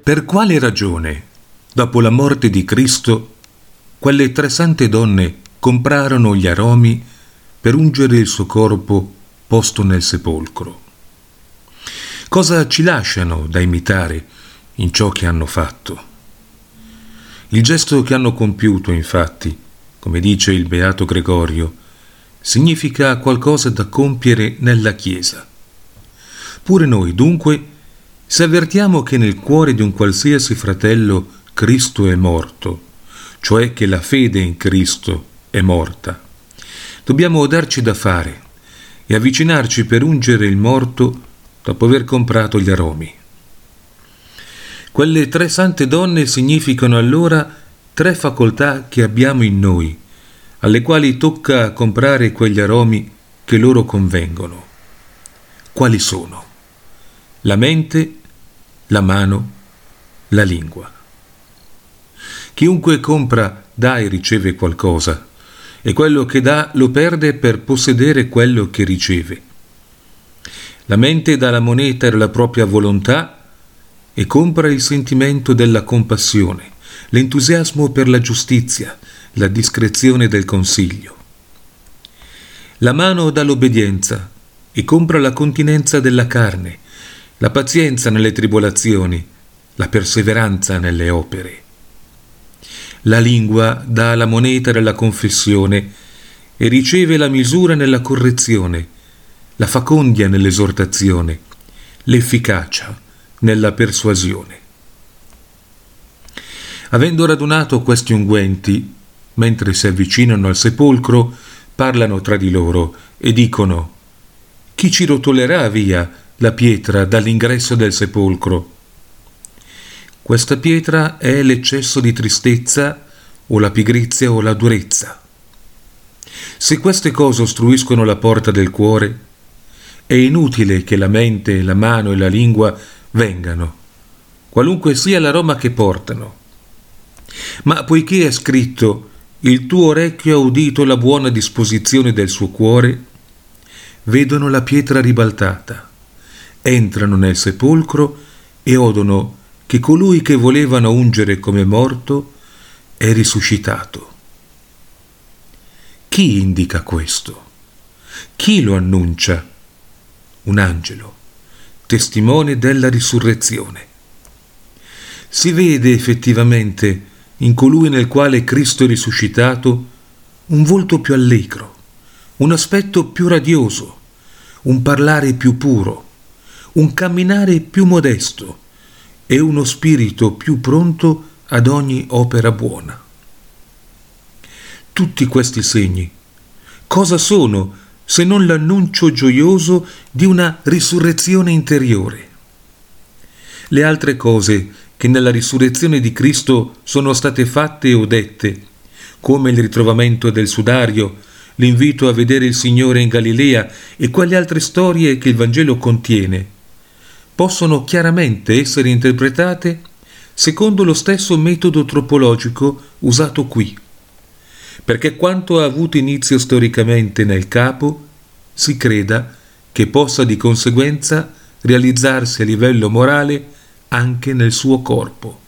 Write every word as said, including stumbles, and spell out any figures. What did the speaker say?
Per quale ragione, dopo la morte di Cristo, quelle tre sante donne comprarono gli aromi per ungere il suo corpo posto nel sepolcro? Cosa ci lasciano da imitare in ciò che hanno fatto? Il gesto che hanno compiuto, infatti, come dice il Beato Gregorio, significa qualcosa da compiere nella Chiesa. Pure noi, dunque, se avvertiamo che nel cuore di un qualsiasi fratello Cristo è morto, cioè che la fede in Cristo è morta, dobbiamo darci da fare e avvicinarci per ungere il morto dopo aver comprato gli aromi. Quelle tre sante donne significano allora tre facoltà che abbiamo in noi, alle quali tocca comprare quegli aromi che loro convengono. Quali sono? La mente, la mano, la lingua. Chiunque compra dà e riceve qualcosa, e quello che dà lo perde per possedere quello che riceve. La mente dà la moneta della propria volontà e compra il sentimento della compassione, l'entusiasmo per la giustizia, la discrezione del consiglio. La mano dà l'obbedienza e compra la continenza della carne, la pazienza nelle tribolazioni, la perseveranza nelle opere. La lingua dà la moneta della confessione e riceve la misura nella correzione, la facondia nell'esortazione, l'efficacia nella persuasione. Avendo radunato questi unguenti, mentre si avvicinano al sepolcro, parlano tra di loro e dicono: «Chi ci rotolerà via la pietra dall'ingresso del sepolcro?» Questa pietra è l'eccesso di tristezza o la pigrizia o la durezza. Se queste cose ostruiscono la porta del cuore, è inutile che la mente, la mano e la lingua vengano, qualunque sia l'aroma che portano. Ma poiché è scritto: «Il tuo orecchio ha udito la buona disposizione del suo cuore», vedono la pietra ribaltata, entrano nel sepolcro e odono che colui che volevano ungere come morto è risuscitato. Chi indica questo? Chi lo annuncia? Un angelo, testimone della risurrezione. Si vede effettivamente in colui nel quale Cristo è risuscitato un volto più allegro, un aspetto più radioso, un parlare più puro, un camminare più modesto e uno spirito più pronto ad ogni opera buona. Tutti questi segni cosa sono se non l'annuncio gioioso di una risurrezione interiore? Le altre cose che nella risurrezione di Cristo sono state fatte o dette, come il ritrovamento del sudario, l'invito a vedere il Signore in Galilea e quelle altre storie che il Vangelo contiene, possono chiaramente essere interpretate secondo lo stesso metodo tropologico usato qui, perché quanto ha avuto inizio storicamente nel capo si creda che possa di conseguenza realizzarsi a livello morale anche nel suo corpo.